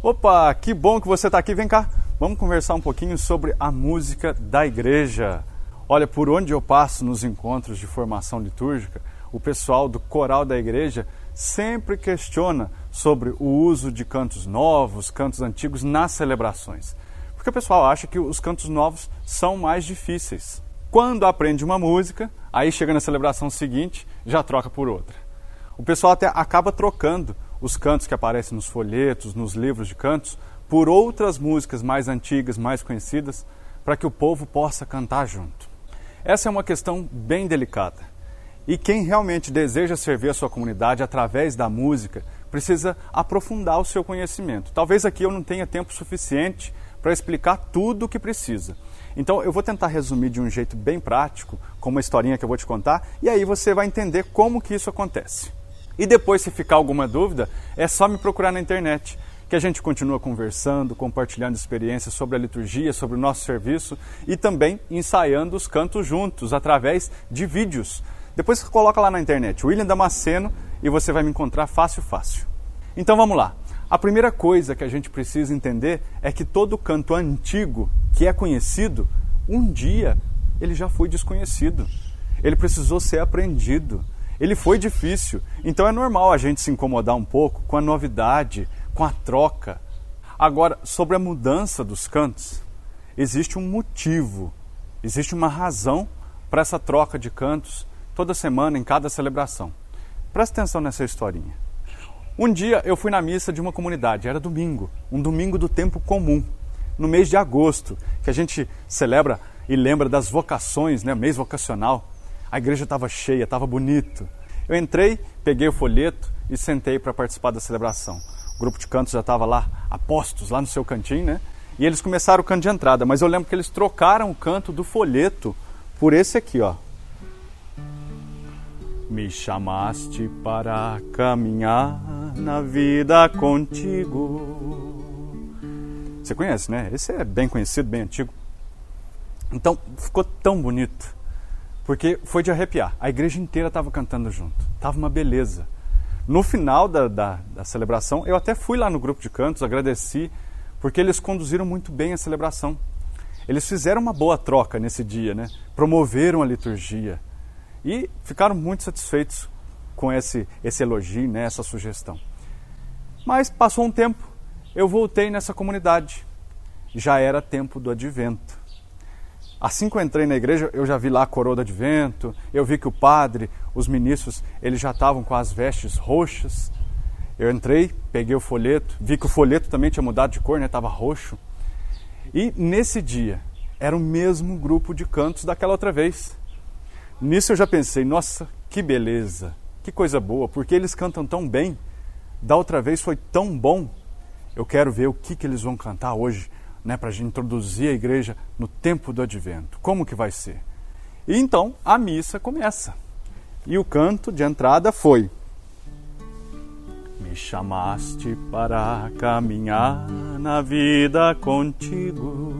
Opa, que bom que você está aqui. Vem cá, vamos conversar um pouquinho sobre a música da igreja. Olha, por onde eu passo nos encontros de formação litúrgica, o pessoal do coral da igreja sempre questiona sobre o uso de cantos novos, cantos antigos nas celebrações. Porque o pessoal acha que os cantos novos são mais difíceis. Quando aprende uma música, aí chega na celebração seguinte, já troca por outra. O pessoal até acaba trocando os cantos que aparecem nos folhetos, nos livros de cantos, por outras músicas mais antigas, mais conhecidas, para que o povo possa cantar junto. Essa é uma questão bem delicada. E quem realmente deseja servir a sua comunidade através da música, precisa aprofundar o seu conhecimento. Talvez aqui eu não tenha tempo suficiente para explicar tudo o que precisa. Então eu vou tentar resumir de um jeito bem prático, com uma historinha que eu vou te contar, e aí você vai entender como que isso acontece. E depois, se ficar alguma dúvida, é só me procurar na internet, que a gente continua conversando, compartilhando experiências sobre a liturgia, sobre o nosso serviço e também ensaiando os cantos juntos, através de vídeos. Depois você coloca lá na internet, William Damasceno, e você vai me encontrar fácil. Então vamos lá. A primeira coisa que a gente precisa entender é que todo canto antigo que é conhecido, um dia ele já foi desconhecido. Ele precisou ser aprendido. Ele foi difícil, então é normal a gente se incomodar um pouco com a novidade, com a troca. Agora, sobre a mudança dos cantos, existe um motivo, existe uma razão para essa troca de cantos toda semana, em cada celebração. Presta atenção nessa historinha. Um dia eu fui na missa de uma comunidade, era domingo, um domingo do tempo comum, no mês de agosto, que a gente celebra e lembra das vocações, né, mês vocacional. A igreja estava cheia, estava bonito. Eu entrei, peguei o folheto e sentei para participar da celebração. O grupo de cantos já estava lá, a postos, lá no seu cantinho, né? E eles começaram o canto de entrada, mas eu lembro que eles trocaram o canto do folheto por esse aqui, ó. Me chamaste para caminhar na vida contigo. Você conhece, né? Esse é bem conhecido, bem antigo. Então, ficou tão bonito. Porque foi de arrepiar. A igreja inteira estava cantando junto. Estava uma beleza. No final da celebração, eu até fui lá no grupo de cantos, agradeci, porque eles conduziram muito bem a celebração. Eles fizeram uma boa troca nesse dia, né? Promoveram a liturgia. E ficaram muito satisfeitos com esse elogio, né? Essa sugestão. Mas passou um tempo, eu voltei nessa comunidade. Já era tempo do advento. Assim que eu entrei na igreja, eu já vi lá a coroa do advento, eu vi que o padre, os ministros, eles já estavam com as vestes roxas. Eu entrei, peguei o folheto, vi que o folheto também tinha mudado de cor, né? Estava roxo. E nesse dia, era o mesmo grupo de cantos daquela outra vez. Nisso eu já pensei, nossa, que beleza, que coisa boa, porque eles cantam tão bem, da outra vez foi tão bom. Eu quero ver o que eles vão cantar hoje, né, para a gente introduzir a igreja no tempo do advento. Como que vai ser? E então a missa começa. E o canto de entrada foi: Me chamaste para caminhar na vida contigo.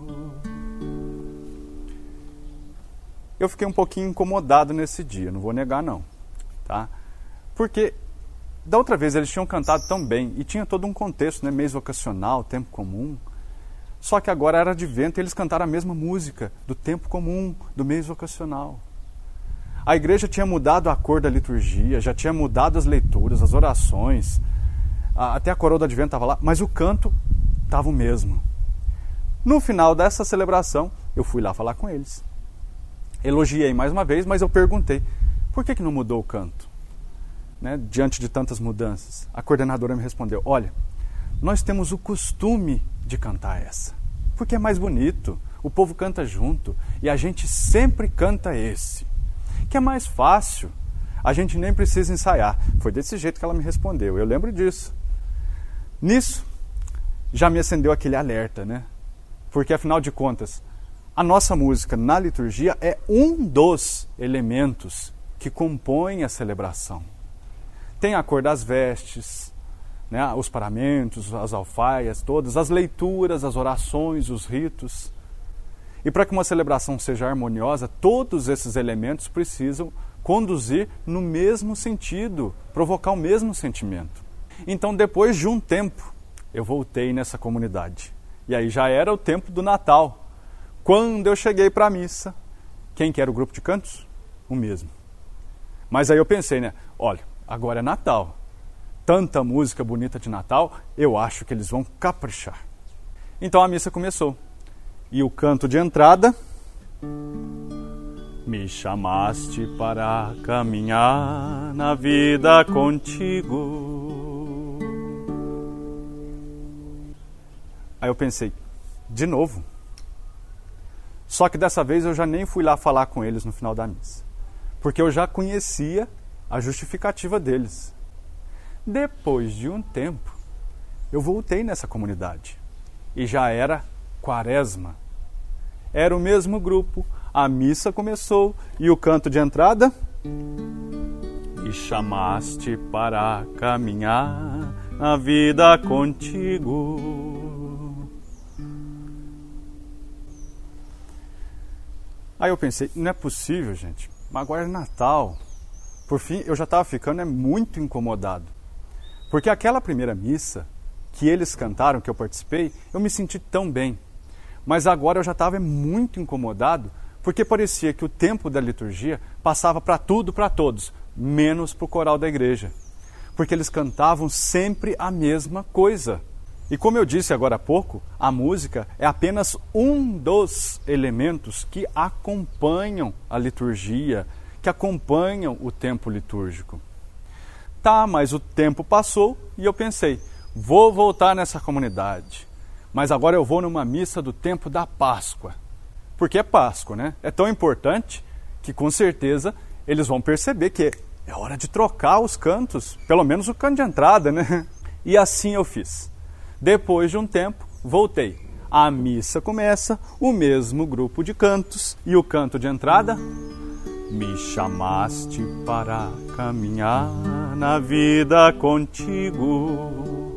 Eu fiquei um pouquinho incomodado nesse dia, não vou negar não. Tá? Porque da outra vez eles tinham cantado tão bem e tinha todo um contexto, né, mês vocacional, tempo comum. Só que agora era advento e eles cantaram a mesma música do tempo comum, do mês vocacional. A igreja tinha mudado a cor da liturgia, já tinha mudado as leituras, as orações, até a coroa do advento estava lá, mas o canto estava o mesmo. No final dessa celebração, eu fui lá falar com eles. Elogiei mais uma vez, mas eu perguntei, por que não mudou o canto? Né, diante de tantas mudanças. A coordenadora me respondeu, olha, nós temos o costume de cantar essa, porque é mais bonito, o povo canta junto e a gente sempre canta esse, que é mais fácil, a gente nem precisa ensaiar. Foi desse jeito que ela me respondeu, eu lembro disso. Nisso, já me acendeu aquele alerta, né? Porque afinal de contas, a nossa música na liturgia é um dos elementos que compõem a celebração. Tem a cor das vestes, né, os paramentos, as alfaias, todas, as leituras, as orações, os ritos. E para que uma celebração seja harmoniosa, todos esses elementos precisam conduzir no mesmo sentido, provocar o mesmo sentimento. Então, depois de um tempo, eu voltei nessa comunidade. E aí já era o tempo do Natal. Quando eu cheguei para a missa, quem que era o grupo de cantos? O mesmo. Mas aí eu pensei, né? Olha, agora é Natal. Tanta música bonita de Natal, eu acho que eles vão caprichar. Então a missa começou. E o canto de entrada... Me chamaste para caminhar na vida contigo. Aí eu pensei, de novo. Só que dessa vez eu já nem fui lá falar com eles no final da missa. Porque eu já conhecia a justificativa deles. Depois de um tempo, eu voltei nessa comunidade. E já era Quaresma. Era o mesmo grupo, a missa começou e o canto de entrada... Me chamaste para caminhar na vida contigo. Aí eu pensei, não é possível, gente, mas agora é Natal. Por fim, eu já estava ficando muito incomodado. Porque aquela primeira missa que eles cantaram, que eu participei, eu me senti tão bem. Mas agora eu já estava muito incomodado, porque parecia que o tempo da liturgia passava para tudo, para todos, menos para o coral da igreja. Porque eles cantavam sempre a mesma coisa. E como eu disse agora há pouco, a música é apenas um dos elementos que acompanham a liturgia, que acompanham o tempo litúrgico. Tá, mas o tempo passou e eu pensei, vou voltar nessa comunidade. Mas agora eu vou numa missa do tempo da Páscoa. Porque é Páscoa, né? É tão importante que com certeza eles vão perceber que é hora de trocar os cantos, pelo menos o canto de entrada, né? E assim eu fiz. Depois de um tempo, voltei. A missa começa, o mesmo grupo de cantos e o canto de entrada... Me chamaste para caminhar na vida contigo.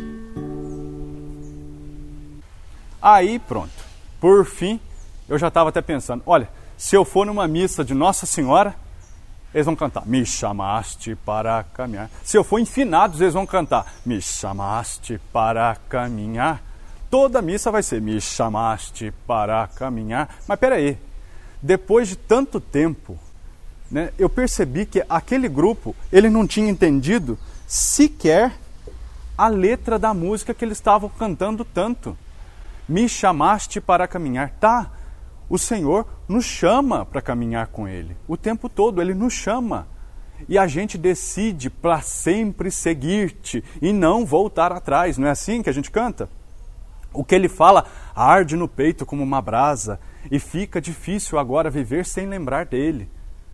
Aí pronto, por fim, eu já estava até pensando, olha, se eu for numa missa de Nossa Senhora, eles vão cantar, me chamaste para caminhar. Se eu for em finados, eles vão cantar, me chamaste para caminhar. Toda missa vai ser, me chamaste para caminhar. Mas peraí, depois de tanto tempo, né, eu percebi que aquele grupo, ele não tinha entendido sequer a letra da música que eles estavam cantando tanto. Me chamaste para caminhar. Tá, o Senhor nos chama para caminhar com Ele. O tempo todo Ele nos chama. E a gente decide para sempre seguir-te e não voltar atrás. Não é assim que a gente canta? O que Ele fala arde no peito como uma brasa e fica difícil agora viver sem lembrar dEle.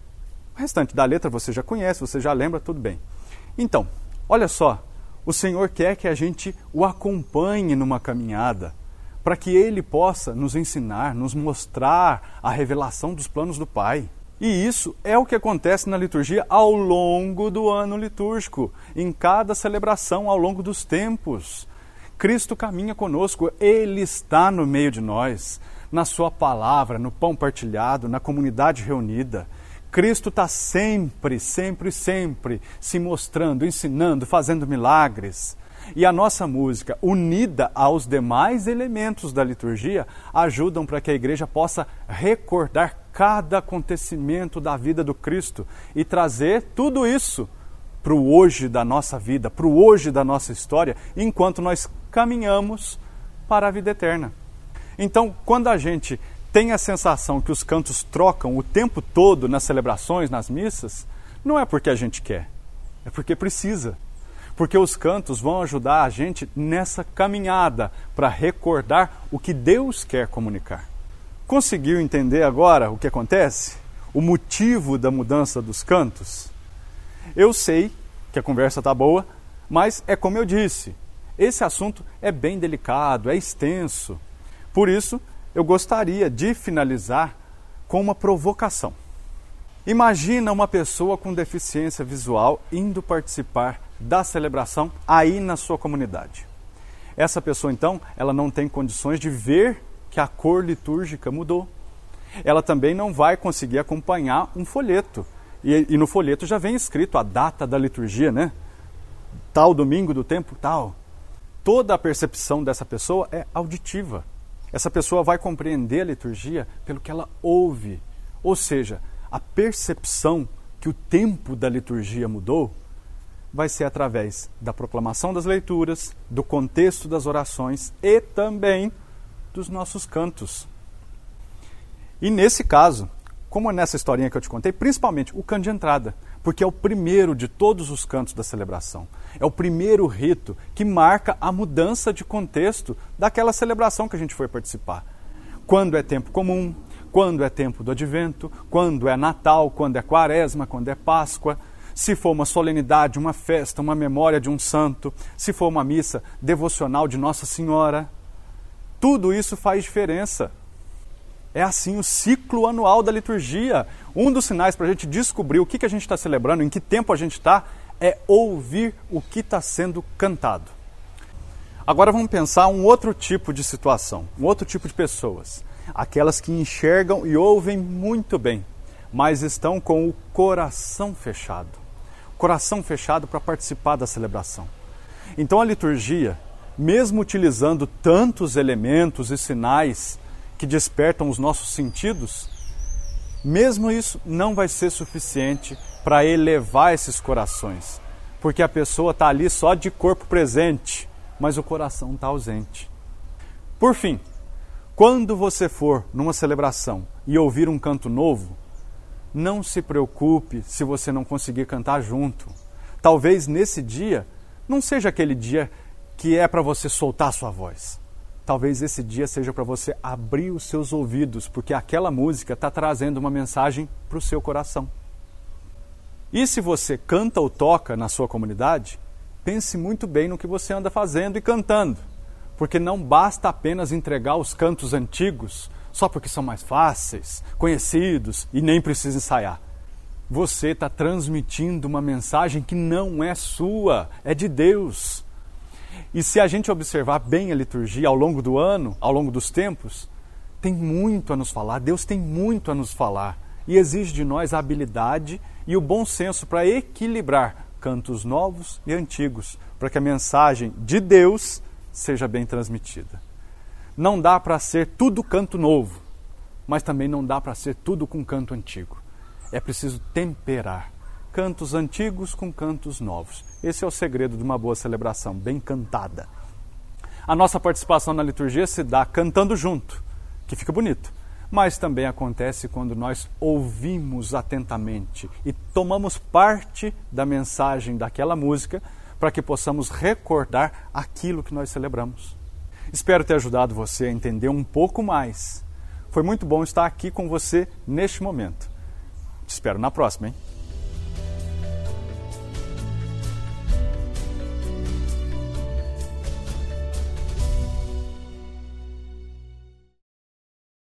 O restante da letra você já conhece, você já lembra, tudo bem. Então, olha só, o Senhor quer que a gente o acompanhe numa caminhada, para que Ele possa nos ensinar, nos mostrar a revelação dos planos do Pai. E isso é o que acontece na liturgia ao longo do ano litúrgico, em cada celebração ao longo dos tempos. Cristo caminha conosco, Ele está no meio de nós, na sua palavra, no pão partilhado, na comunidade reunida. Cristo está sempre, sempre, sempre se mostrando, ensinando, fazendo milagres. E a nossa música, unida aos demais elementos da liturgia, ajudam para que a igreja possa recordar cada acontecimento da vida do Cristo e trazer tudo isso para o hoje da nossa vida, para o hoje da nossa história, enquanto nós caminhamos para a vida eterna. Então, quando a gente tem a sensação que os cantos trocam o tempo todo nas celebrações, nas missas, não é porque a gente quer, é porque precisa. Porque os cantos vão ajudar a gente nessa caminhada para recordar o que Deus quer comunicar. Conseguiu entender agora o que acontece? O motivo da mudança dos cantos? Eu sei que a conversa está boa, mas é como eu disse, esse assunto é bem delicado, é extenso. Por isso, eu gostaria de finalizar com uma provocação. Imagina uma pessoa com deficiência visual indo participar da celebração aí na sua comunidade. Essa pessoa, então, ela não tem condições de ver que a cor litúrgica mudou. Ela também não vai conseguir acompanhar um folheto. E no folheto já vem escrito a data da liturgia, né? Tal domingo do tempo, tal. toda a percepção dessa pessoa é auditiva. Essa pessoa vai compreender a liturgia pelo que ela ouve. Ou seja, a percepção que o tempo da liturgia mudou vai ser através da proclamação das leituras, do contexto das orações e também dos nossos cantos. E nesse caso, como é nessa historinha que eu te contei, principalmente o canto de entrada, porque é o primeiro de todos os cantos da celebração. É o primeiro rito que marca a mudança de contexto daquela celebração que a gente foi participar. Quando é tempo comum, quando é tempo do advento, quando é Natal, quando é Quaresma, quando é Páscoa, se for uma solenidade, uma festa, uma memória de um santo, se for uma missa devocional de Nossa Senhora. Tudo isso faz diferença. É assim o ciclo anual da liturgia. Um dos sinais para a gente descobrir o que a gente está celebrando, em que tempo a gente está, é ouvir o que está sendo cantado. Agora vamos pensar um outro tipo de situação, um outro tipo de pessoas. Aquelas que enxergam e ouvem muito bem, mas estão com o coração fechado. Coração fechado para participar da celebração. Então a liturgia, mesmo utilizando tantos elementos e sinais que despertam os nossos sentidos, mesmo isso não vai ser suficiente para elevar esses corações, porque a pessoa está ali só de corpo presente, mas o coração está ausente. Por fim, quando você for numa celebração e ouvir um canto novo, não se preocupe se você não conseguir cantar junto. Talvez nesse dia não seja aquele dia que é para você soltar sua voz. Talvez esse dia seja para você abrir os seus ouvidos, porque aquela música está trazendo uma mensagem para o seu coração. E se você canta ou toca na sua comunidade, pense muito bem no que você anda fazendo e cantando, porque não basta apenas entregar os cantos antigos só porque são mais fáceis, conhecidos e nem precisa ensaiar. Você está transmitindo uma mensagem que não é sua, é de Deus. E se a gente observar bem a liturgia ao longo do ano, ao longo dos tempos, tem muito a nos falar, Deus tem muito a nos falar e exige de nós a habilidade e o bom senso para equilibrar cantos novos e antigos, para que a mensagem de Deus seja bem transmitida. Não dá para ser tudo canto novo, mas também não dá para ser tudo com canto antigo. É preciso temperar cantos antigos com cantos novos. Esse é o segredo de uma boa celebração, bem cantada. A nossa participação na liturgia se dá cantando junto, que fica bonito, mas também acontece quando nós ouvimos atentamente e tomamos parte da mensagem daquela música para que possamos recordar aquilo que nós celebramos. Espero ter ajudado você a entender um pouco mais. Foi muito bom estar aqui com você neste momento. Te espero na próxima, hein?